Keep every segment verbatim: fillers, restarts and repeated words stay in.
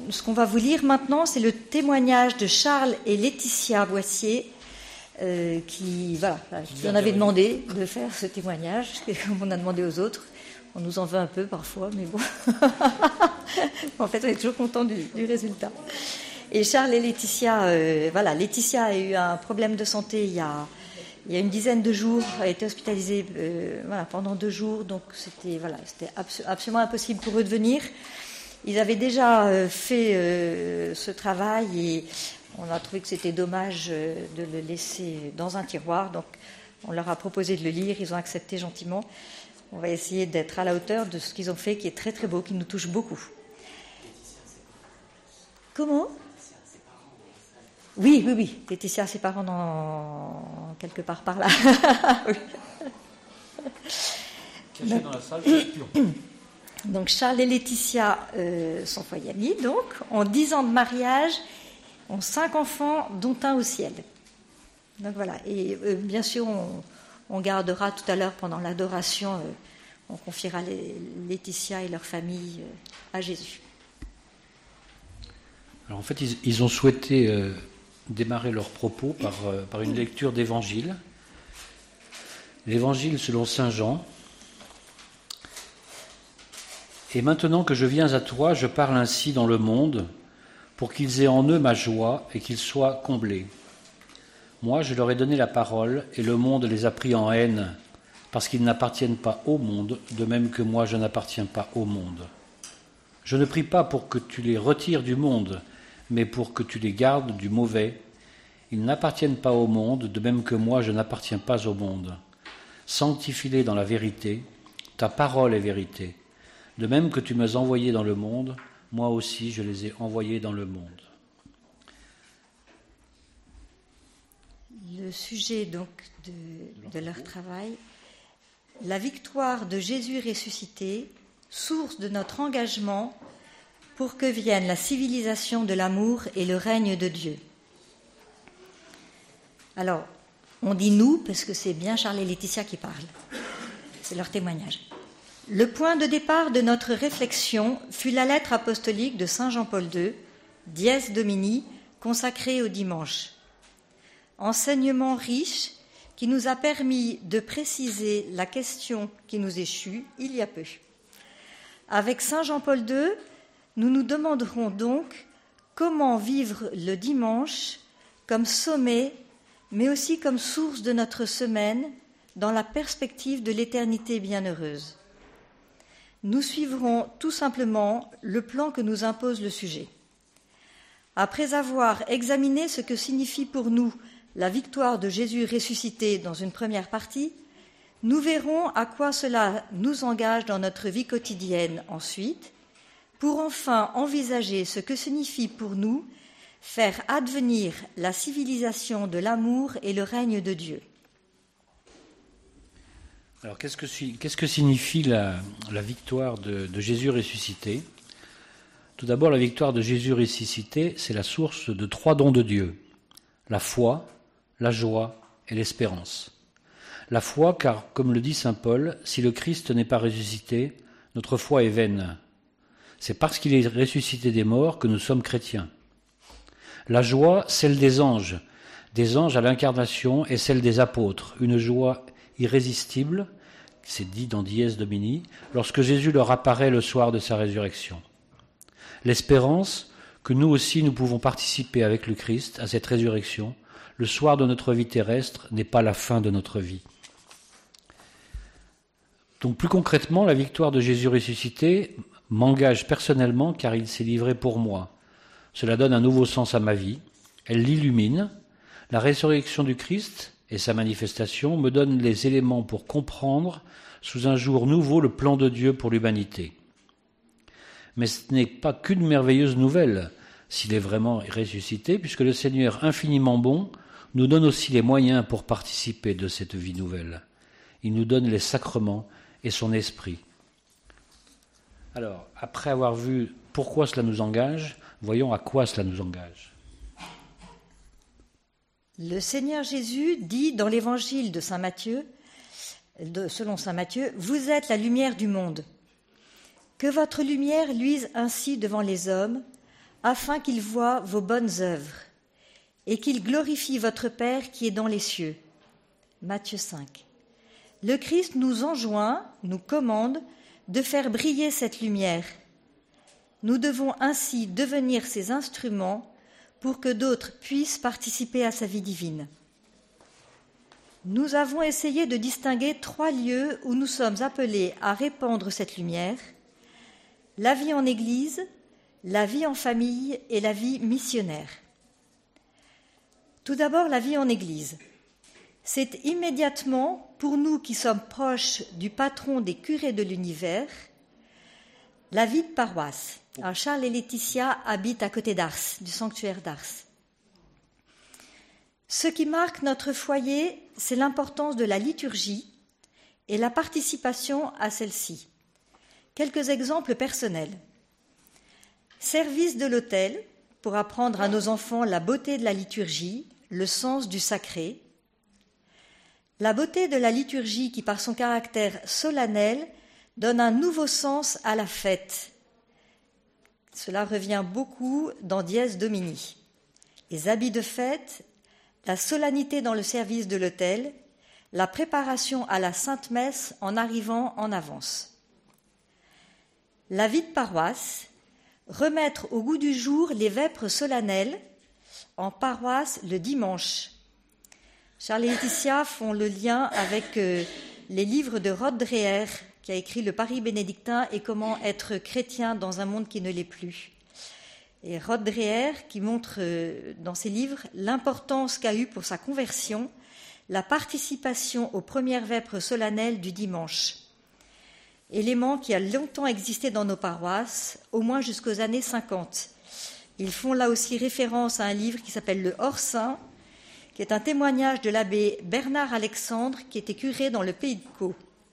ce qu'on va vous lire maintenant, c'est le témoignage de Charles et Laetitia Boissier, euh, qui, voilà, qui en avaient demandé de faire ce témoignage, comme on a demandé aux autres. On nous en veut un peu parfois, mais bon. En fait, on est toujours content du, du résultat. Et Charles et Laetitia, euh, voilà, Laetitia a eu un problème de santé il y a, il y a une dizaine de jours, a été hospitalisée euh, voilà, pendant deux jours, donc c'était, voilà, c'était abso- absolument impossible pour eux de venir. Ils avaient déjà euh, fait euh, ce travail et on a trouvé que c'était dommage euh, de le laisser dans un tiroir, donc on leur a proposé de le lire, ils ont accepté gentiment. On va essayer d'être à la hauteur de ce qu'ils ont fait, qui est très très beau, qui nous touche beaucoup. Comment ? Oui, oui, oui. Laetitia a ses parents dans... quelque part par là. Oui. Caché dans la salle, c'est pur. Donc Charles et Laetitia euh, sont foyers amis, donc, ont dix ans de mariage, ont cinq enfants, dont un au ciel. Donc voilà. Et euh, bien sûr, on, on gardera tout à l'heure pendant l'adoration, euh, on confiera les, Laetitia et leur famille euh, à Jésus. Alors en fait, ils, ils ont souhaité euh, démarrer leur propos par, euh, par une lecture d'évangile. L'évangile selon saint Jean. Et maintenant que je viens à toi, je parle ainsi dans le monde, pour qu'ils aient en eux ma joie et qu'ils soient comblés. Moi, je leur ai donné la parole, et le monde les a pris en haine, parce qu'ils n'appartiennent pas au monde, de même que moi je n'appartiens pas au monde. Je ne prie pas pour que tu les retires du monde, mais pour que tu les gardes du mauvais. Ils n'appartiennent pas au monde, de même que moi je n'appartiens pas au monde. Sanctifie-les dans la vérité, ta parole est vérité. De même que tu m'as envoyé dans le monde, moi aussi je les ai envoyés dans le monde. Le sujet donc de, de leur travail, la victoire de Jésus ressuscité, source de notre engagement pour que vienne la civilisation de l'amour et le règne de Dieu. Alors, on dit nous parce que c'est bien Charles et Laetitia qui parlent. C'est leur témoignage. Le point de départ de notre réflexion fut la lettre apostolique de saint Jean-Paul deux, Dies Domini, consacrée au dimanche. Enseignement riche qui nous a permis de préciser la question qui nous échut il y a peu. Avec saint Jean-Paul deux, nous nous demanderons donc comment vivre le dimanche comme sommet, mais aussi comme source de notre semaine dans la perspective de l'éternité bienheureuse. Nous suivrons tout simplement le plan que nous impose le sujet. Après avoir examiné ce que signifie pour nous la victoire de Jésus ressuscité dans une première partie, nous verrons à quoi cela nous engage dans notre vie quotidienne ensuite, pour enfin envisager ce que signifie pour nous faire advenir la civilisation de l'amour et le règne de Dieu. Alors qu'est-ce que, qu'est-ce que signifie la, la victoire de, de Jésus ressuscité ? Tout d'abord, la victoire de Jésus ressuscité, c'est la source de trois dons de Dieu, la foi, la joie et l'espérance. La foi, car, comme le dit saint Paul, si le Christ n'est pas ressuscité, notre foi est vaine. C'est parce qu'il est ressuscité des morts que nous sommes chrétiens. La joie, celle des anges, des anges à l'incarnation, et celle des apôtres, une joie irrésistible, c'est dit dans Dies Domini, lorsque Jésus leur apparaît le soir de sa résurrection. L'espérance, que nous aussi nous pouvons participer avec le Christ à cette résurrection, le soir de notre vie terrestre n'est pas la fin de notre vie. Donc plus concrètement, la victoire de Jésus ressuscité m'engage personnellement car il s'est livré pour moi. Cela donne un nouveau sens à ma vie, elle l'illumine. La résurrection du Christ et sa manifestation me donnent les éléments pour comprendre sous un jour nouveau le plan de Dieu pour l'humanité. Mais ce n'est pas qu'une merveilleuse nouvelle, s'il est vraiment ressuscité, puisque le Seigneur infiniment bon nous donne aussi les moyens pour participer de cette vie nouvelle. Il nous donne les sacrements et son esprit. Alors, après avoir vu pourquoi cela nous engage, voyons à quoi cela nous engage. Le Seigneur Jésus dit dans l'évangile de saint Matthieu, de, selon saint Matthieu, « Vous êtes la lumière du monde. Que votre lumière luise ainsi devant les hommes, afin qu'il voie vos bonnes œuvres et qu'il glorifie votre Père qui est dans les cieux. Matthieu cinq. Le Christ nous enjoint, nous commande de faire briller cette lumière. Nous devons ainsi devenir ses instruments pour que d'autres puissent participer à sa vie divine. Nous avons essayé de distinguer trois lieux où nous sommes appelés à répandre cette lumière: la vie en Église, la vie en famille et la vie missionnaire. Tout d'abord, la vie en Église. C'est immédiatement, pour nous qui sommes proches du patron des curés de l'univers, la vie de paroisse. Alors Charles et Laetitia habitent à côté d'Ars, du sanctuaire d'Ars. Ce qui marque notre foyer, c'est l'importance de la liturgie et la participation à celle-ci. Quelques exemples personnels. Service de l'autel, pour apprendre à nos enfants la beauté de la liturgie, le sens du sacré. La beauté de la liturgie qui, par son caractère solennel, donne un nouveau sens à la fête. Cela revient beaucoup dans Dies Domini. Les habits de fête, la solennité dans le service de l'autel, la préparation à la Sainte Messe en arrivant en avance. La vie de paroisse, remettre au goût du jour les vêpres solennelles en paroisse le dimanche. Charles et Laetitia font le lien avec euh, les livres de Rod Dreher, qui a écrit Le Paris bénédictin et comment être chrétien dans un monde qui ne l'est plus. Et Rod Dreher qui montre euh, dans ses livres l'importance qu'a eu pour sa conversion la participation aux premières vêpres solennelles du dimanche. Élément qui a longtemps existé dans nos paroisses, au moins jusqu'aux années cinquante. Ils font là aussi référence à un livre qui s'appelle Le Hors-Saint, qui est un témoignage de l'abbé Bernard Alexandre, qui était curé dans le pays de Caux.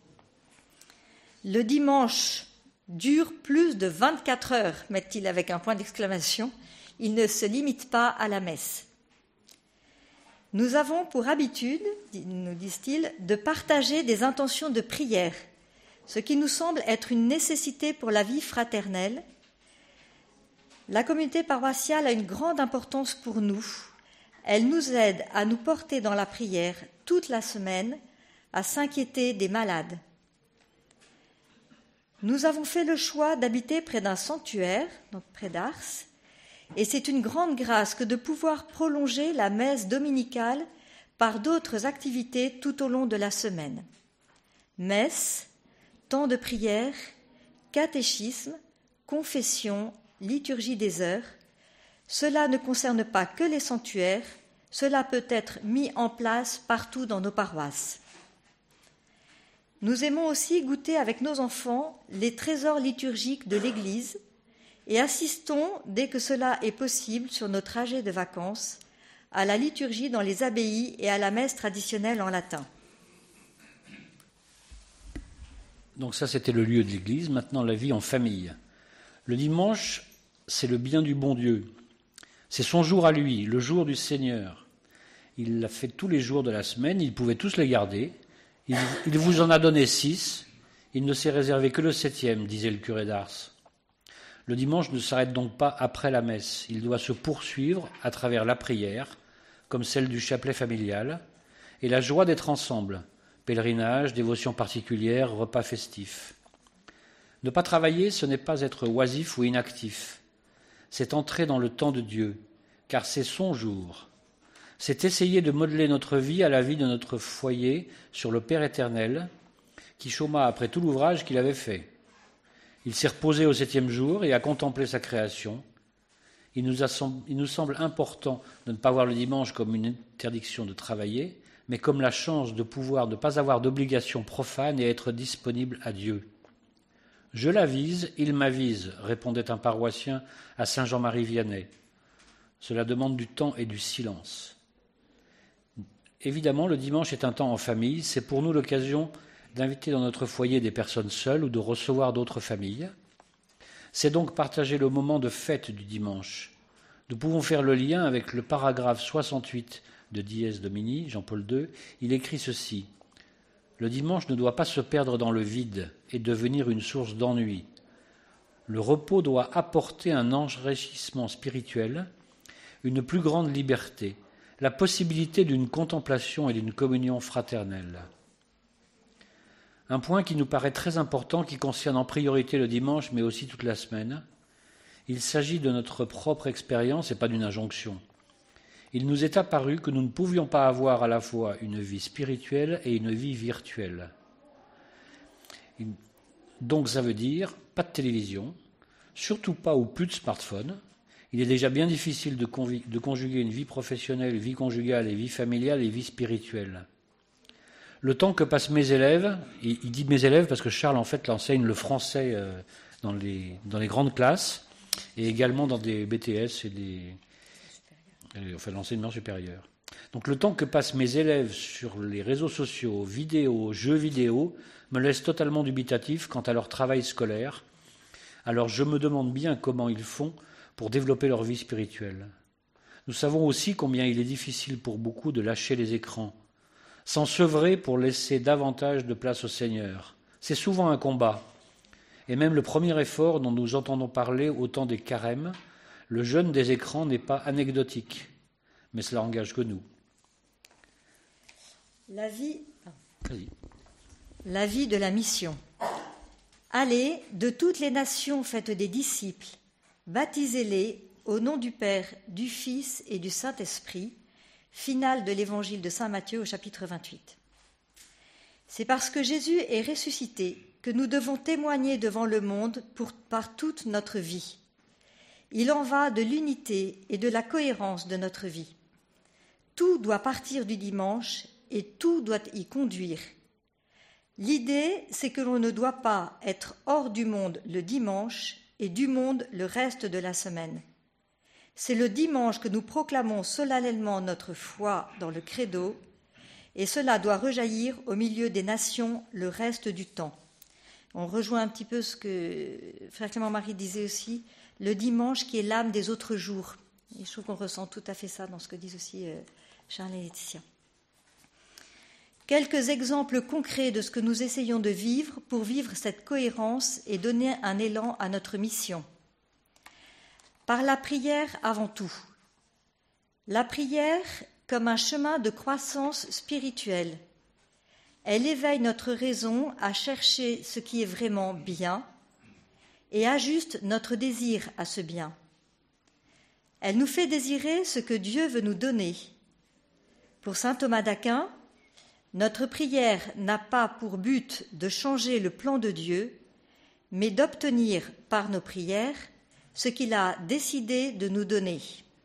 Le dimanche dure plus de vingt-quatre heures, met-il avec un point d'exclamation. Il ne se limite pas à la messe. Nous avons pour habitude, nous disent-ils, de partager des intentions de prière, ce qui nous semble être une nécessité pour la vie fraternelle. La communauté paroissiale a une grande importance pour nous. Elle nous aide à nous porter dans la prière toute la semaine, à s'inquiéter des malades. Nous avons fait le choix d'habiter près d'un sanctuaire, donc près d'Ars, et c'est une grande grâce que de pouvoir prolonger la messe dominicale par d'autres activités tout au long de la semaine. Messe, temps de prière, catéchisme, confession, liturgie des heures. Cela ne concerne pas que les sanctuaires, cela peut être mis en place partout dans nos paroisses. Nous aimons aussi goûter avec nos enfants les trésors liturgiques de l'Église et assistons, dès que cela est possible, sur nos trajets de vacances, à la liturgie dans les abbayes et à la messe traditionnelle en latin. Donc ça, c'était le lieu de l'Église. Maintenant, la vie en famille. Le dimanche, c'est le bien du bon Dieu. C'est son jour à lui, le jour du Seigneur. Il l'a fait tous les jours de la semaine, il pouvait tous les garder. Il, il vous en a donné six, il ne s'est réservé que le septième, disait le curé d'Ars. Le dimanche ne s'arrête donc pas après la messe, il doit se poursuivre à travers la prière, comme celle du chapelet familial, et la joie d'être ensemble, pèlerinage, dévotion particulière, repas festifs. Ne pas travailler, ce n'est pas être oisif ou inactif, c'est entrer dans le temps de Dieu, car c'est son jour. C'est essayer de modeler notre vie à la vie de notre foyer sur le Père éternel, qui chôma après tout l'ouvrage qu'il avait fait. Il s'est reposé au septième jour et a contemplé sa création. Il nous, a, il nous semble important de ne pas voir le dimanche comme une interdiction de travailler, mais comme la chance de pouvoir ne pas avoir d'obligation profane et être disponible à Dieu. « Je l'avise, il m'avise », répondait un paroissien à Saint-Jean-Marie Vianney. Cela demande du temps et du silence. Évidemment, le dimanche est un temps en famille. C'est pour nous l'occasion d'inviter dans notre foyer des personnes seules ou de recevoir d'autres familles. C'est donc partager le moment de fête du dimanche. Nous pouvons faire le lien avec le paragraphe soixante-huit de Dies Domini, Jean-Paul deux. Il écrit ceci. Le dimanche ne doit pas se perdre dans le vide et devenir une source d'ennui. Le repos doit apporter un enrichissement spirituel, une plus grande liberté, la possibilité d'une contemplation et d'une communion fraternelle. Un point qui nous paraît très important, qui concerne en priorité le dimanche, mais aussi toute la semaine. Il s'agit de notre propre expérience et pas d'une injonction. Il nous est apparu que nous ne pouvions pas avoir à la fois une vie spirituelle et une vie virtuelle. Donc ça veut dire pas de télévision, surtout pas ou plus de smartphone. Il est déjà bien difficile de, convi- de conjuguer une vie professionnelle, vie conjugale et vie familiale et vie spirituelle. Le temps que passent mes élèves, il, il dit mes élèves parce que Charles en fait l'enseigne le français euh, dans, les, dans les grandes classes et également dans des B T S et des... Enfin, l'enseignement supérieur. Donc le temps que passent mes élèves sur les réseaux sociaux, vidéos, jeux vidéo, me laisse totalement dubitatif quant à leur travail scolaire. Alors je me demande bien comment ils font pour développer leur vie spirituelle. Nous savons aussi combien il est difficile pour beaucoup de lâcher les écrans, s'ensevrer pour laisser davantage de place au Seigneur. C'est souvent un combat. Et même le premier effort dont nous entendons parler au temps des carèmes, le jeûne des écrans n'est pas anecdotique, mais cela engage que nous. La vie, Vas-y. la vie de la mission. Allez, de toutes les nations faites des disciples, baptisez-les au nom du Père, du Fils et du Saint-Esprit, finale de l'évangile de saint Matthieu au chapitre vingt-huit. C'est parce que Jésus est ressuscité que nous devons témoigner devant le monde pour, par toute notre vie. Il en va de l'unité et de la cohérence de notre vie. Tout doit partir du dimanche et tout doit y conduire. L'idée, c'est que l'on ne doit pas être hors du monde le dimanche et du monde le reste de la semaine. C'est le dimanche que nous proclamons solennellement notre foi dans le credo, et cela doit rejaillir au milieu des nations le reste du temps. On rejoint un petit peu ce que Frère Clément-Marie disait aussi, le dimanche qui est l'âme des autres jours. Et je trouve qu'on ressent tout à fait ça dans ce que disent aussi euh, Charles et Laetitia. Quelques exemples concrets de ce que nous essayons de vivre pour vivre cette cohérence et donner un élan à notre mission. Par la prière avant tout. La prière comme un chemin de croissance spirituelle. Elle éveille notre raison à chercher ce qui est vraiment bien et ajuste notre désir à ce bien. Elle nous fait désirer ce que Dieu veut nous donner. Pour saint Thomas d'Aquin, notre prière n'a pas pour but de changer le plan de Dieu, mais d'obtenir par nos prières ce qu'il a décidé de nous donner.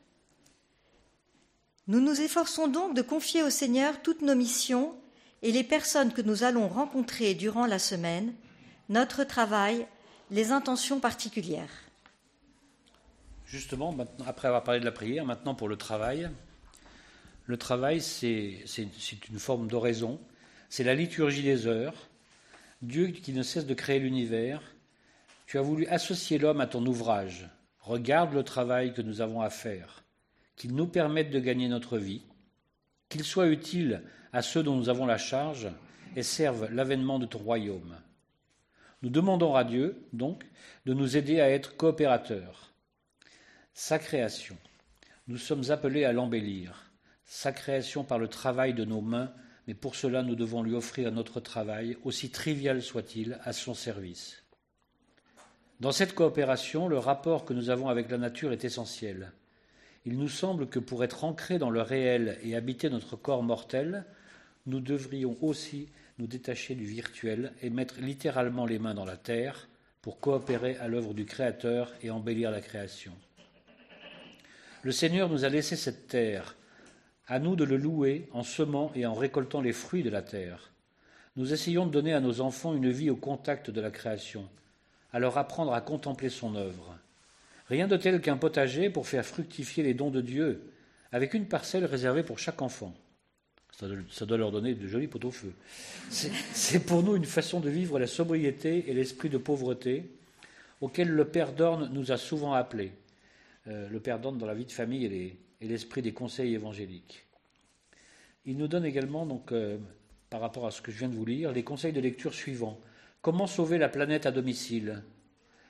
Nous nous efforçons donc de confier au Seigneur toutes nos missions et les personnes que nous allons rencontrer durant la semaine, notre travail, les intentions particulières. Justement, maintenant, après avoir parlé de la prière, maintenant pour le travail. Le travail, c'est, c'est, c'est une forme d'oraison, c'est la liturgie des heures. Dieu qui ne cesse de créer l'univers, tu as voulu associer l'homme à ton ouvrage. Regarde le travail que nous avons à faire, qu'il nous permette de gagner notre vie, qu'il soit utile à ceux dont nous avons la charge et serve l'avènement de ton royaume. Nous demandons à Dieu, donc, de nous aider à être coopérateurs. Sa création, nous sommes appelés à l'embellir. Sa création par le travail de nos mains, mais pour cela nous devons lui offrir notre travail, aussi trivial soit-il, à son service. Dans cette coopération, le rapport que nous avons avec la nature est essentiel. Il nous semble que pour être ancrés dans le réel et habiter notre corps mortel, nous devrions aussi nous détacher du virtuel et mettre littéralement les mains dans la terre pour coopérer à l'œuvre du Créateur et embellir la création. Le Seigneur nous a laissé cette terre, à nous de le louer en semant et en récoltant les fruits de la terre. Nous essayons de donner à nos enfants une vie au contact de la création, à leur apprendre à contempler son œuvre. Rien de tel qu'un potager pour faire fructifier les dons de Dieu, avec une parcelle réservée pour chaque enfant. Ça, ça doit leur donner de jolis pot-au-feu. C'est, c'est pour nous une façon de vivre la sobriété et l'esprit de pauvreté auquel le Père d'Orne nous a souvent appelés. Euh, le Père d'Orne dans la vie de famille et, les, et l'esprit des conseils évangéliques. Il nous donne également, donc, euh, par rapport à ce que je viens de vous lire, les conseils de lecture suivants. Comment sauver la planète à domicile ?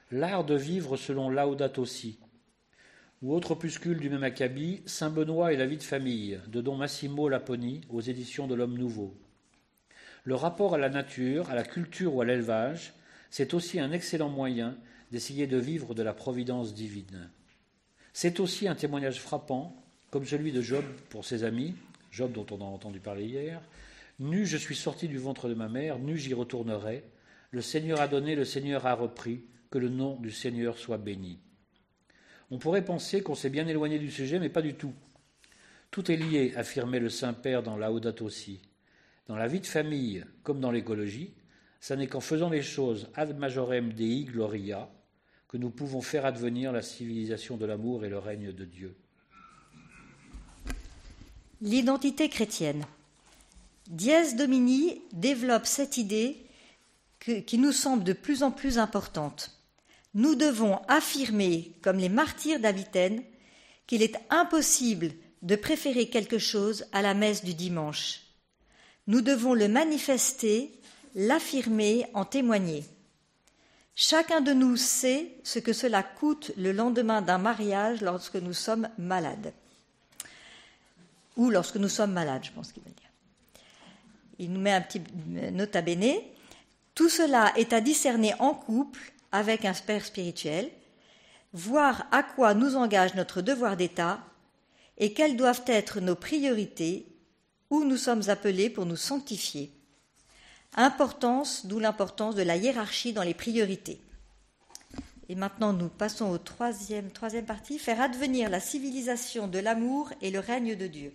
L'art de vivre selon Laudato Si, ou autre opuscule du même acabit, Saint Benoît et la vie de famille, de don Massimo Laponi, aux éditions de l'Homme Nouveau. Le rapport à la nature, à la culture ou à l'élevage, c'est aussi un excellent moyen d'essayer de vivre de la providence divine. C'est aussi un témoignage frappant, comme celui de Job pour ses amis, Job dont on a entendu parler hier. « Nu, je suis sorti du ventre de ma mère, nu, j'y retournerai. Le Seigneur a donné, le Seigneur a repris, que le nom du Seigneur soit béni. » On pourrait penser qu'on s'est bien éloigné du sujet, mais pas du tout. Tout est lié, affirmait le Saint-Père dans Laudato Si. Dans la vie de famille, comme dans l'écologie, ça n'est qu'en faisant les choses ad majorem Dei Gloria que nous pouvons faire advenir la civilisation de l'amour et le règne de Dieu. L'identité chrétienne. Dies Domini développe cette idée que, qui nous semble de plus en plus importante. Nous devons affirmer, comme les martyrs d'Avitène, qu'il est impossible de préférer quelque chose à la messe du dimanche. Nous devons le manifester, l'affirmer, en témoigner. Chacun de nous sait ce que cela coûte le lendemain d'un mariage lorsque nous sommes malades. Ou lorsque nous sommes malades, je pense qu'il veut dire. Il nous met un petit nota bene. Tout cela est à discerner en couple avec un père spirituel, voir à quoi nous engage notre devoir d'État et quelles doivent être nos priorités, où nous sommes appelés pour nous sanctifier. Importance, d'où l'importance de la hiérarchie dans les priorités. Et maintenant, nous passons au troisième, troisième partie, faire advenir la civilisation de l'amour et le règne de Dieu.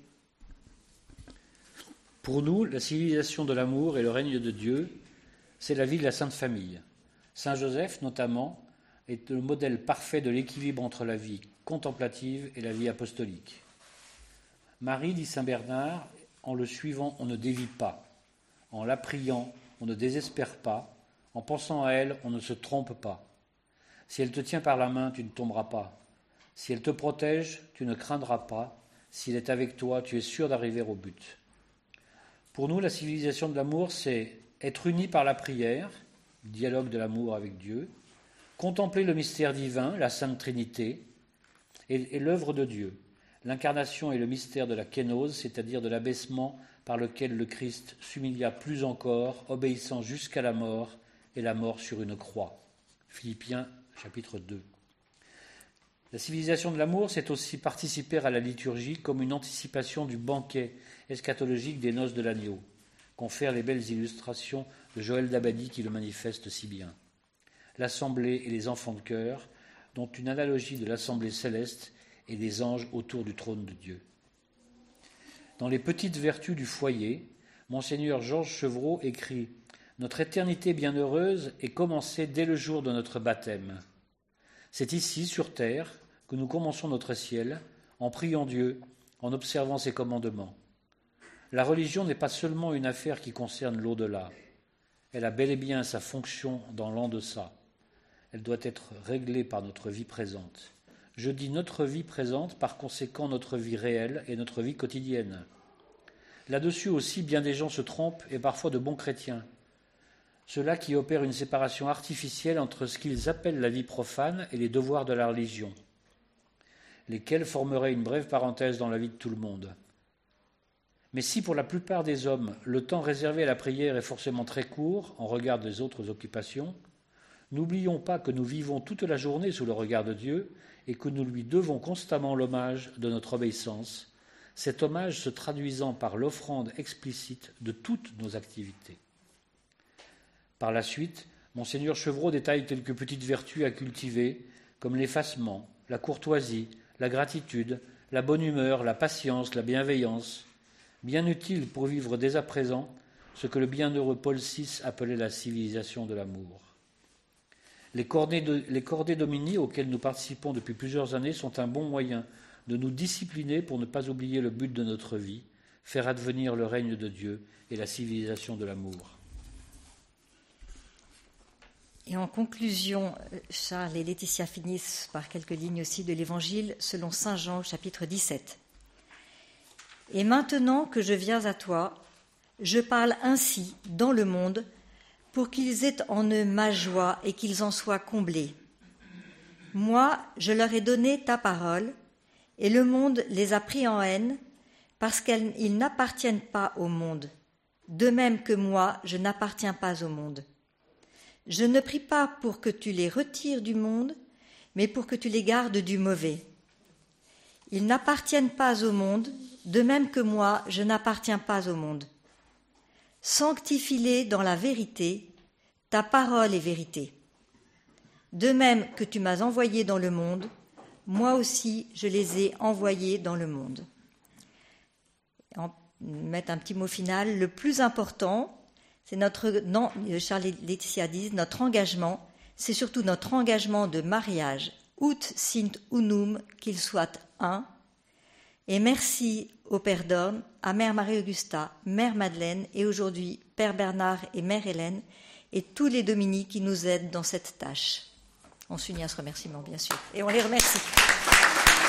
Pour nous, la civilisation de l'amour et le règne de Dieu, c'est la vie de la Sainte Famille. Saint Joseph, notamment, est le modèle parfait de l'équilibre entre la vie contemplative et la vie apostolique. Marie, dit saint Bernard, en le suivant, on ne dévie pas. En la priant, on ne désespère pas. En pensant à elle, on ne se trompe pas. Si elle te tient par la main, tu ne tomberas pas. Si elle te protège, tu ne craindras pas. S'il est avec toi, tu es sûr d'arriver au but. Pour nous, la civilisation de l'amour, c'est être unis par la prière, le dialogue de l'amour avec Dieu, contempler le mystère divin, la Sainte Trinité, et, et l'œuvre de Dieu, l'incarnation et le mystère de la kénose, c'est-à-dire de l'abaissement par lequel le Christ s'humilia plus encore, obéissant jusqu'à la mort, et la mort sur une croix. Philippiens, chapitre deux. La civilisation de l'amour, c'est aussi participer à la liturgie comme une anticipation du banquet eschatologique des noces de l'agneau, confèrent les belles illustrations de Joël Dabadi qui le manifeste si bien. L'assemblée et les enfants de cœur, dont une analogie de l'assemblée céleste et des anges autour du trône de Dieu. Dans les petites vertus du foyer, Monseigneur Georges Chevreau écrit « Notre éternité bienheureuse est commencée dès le jour de notre baptême. C'est ici, sur terre, que nous commençons notre ciel, en priant Dieu, en observant ses commandements. La religion n'est pas seulement une affaire qui concerne l'au-delà. Elle a bel et bien sa fonction dans l'en-deçà. Elle doit être réglée par notre vie présente. Je dis notre vie présente, par conséquent notre vie réelle et notre vie quotidienne. Là-dessus aussi, bien des gens se trompent, et parfois de bons chrétiens. Ceux-là qui opèrent une séparation artificielle entre ce qu'ils appellent la vie profane et les devoirs de la religion, lesquels formeraient une brève parenthèse dans la vie de tout le monde. Mais si pour la plupart des hommes, le temps réservé à la prière est forcément très court en regard des autres occupations, n'oublions pas que nous vivons toute la journée sous le regard de Dieu et que nous lui devons constamment l'hommage de notre obéissance, cet hommage se traduisant par l'offrande explicite de toutes nos activités. Par la suite, Monseigneur Chevreau détaille quelques petites vertus à cultiver, comme l'effacement, la courtoisie, la gratitude, la bonne humeur, la patience, la bienveillance, bien utiles pour vivre dès à présent ce que le bienheureux Paul six appelait la civilisation de l'amour. Les cordées, de, les cordées domini auxquelles nous participons depuis plusieurs années sont un bon moyen de nous discipliner pour ne pas oublier le but de notre vie, faire advenir le règne de Dieu et la civilisation de l'amour. Et en conclusion, Charles et Laetitia finissent par quelques lignes aussi de l'Évangile selon saint Jean, chapitre dix-sept. « Et maintenant que je viens à toi, je parle ainsi dans le monde pour qu'ils aient en eux ma joie et qu'ils en soient comblés. Moi, je leur ai donné ta parole, et le monde les a pris en haine, parce qu'ils n'appartiennent pas au monde, de même que moi, je n'appartiens pas au monde. Je ne prie pas pour que tu les retires du monde, mais pour que tu les gardes du mauvais. Ils n'appartiennent pas au monde, de même que moi, je n'appartiens pas au monde. Sanctifie-les dans la vérité, ta parole est vérité. De même que tu m'as envoyé dans le monde, moi aussi je les ai envoyés dans le monde. En mettre un petit mot final, le plus important, c'est notre, non, Charles et Laetitia disent, notre engagement, c'est surtout notre engagement de mariage, ut sint unum, qu'il soit un. Et merci au Père Dorn, à Mère Marie-Augusta, Mère Madeleine et aujourd'hui Père Bernard et Mère Hélène et tous les Dominiques qui nous aident dans cette tâche. On s'unit à ce remerciement, bien sûr, et on les remercie.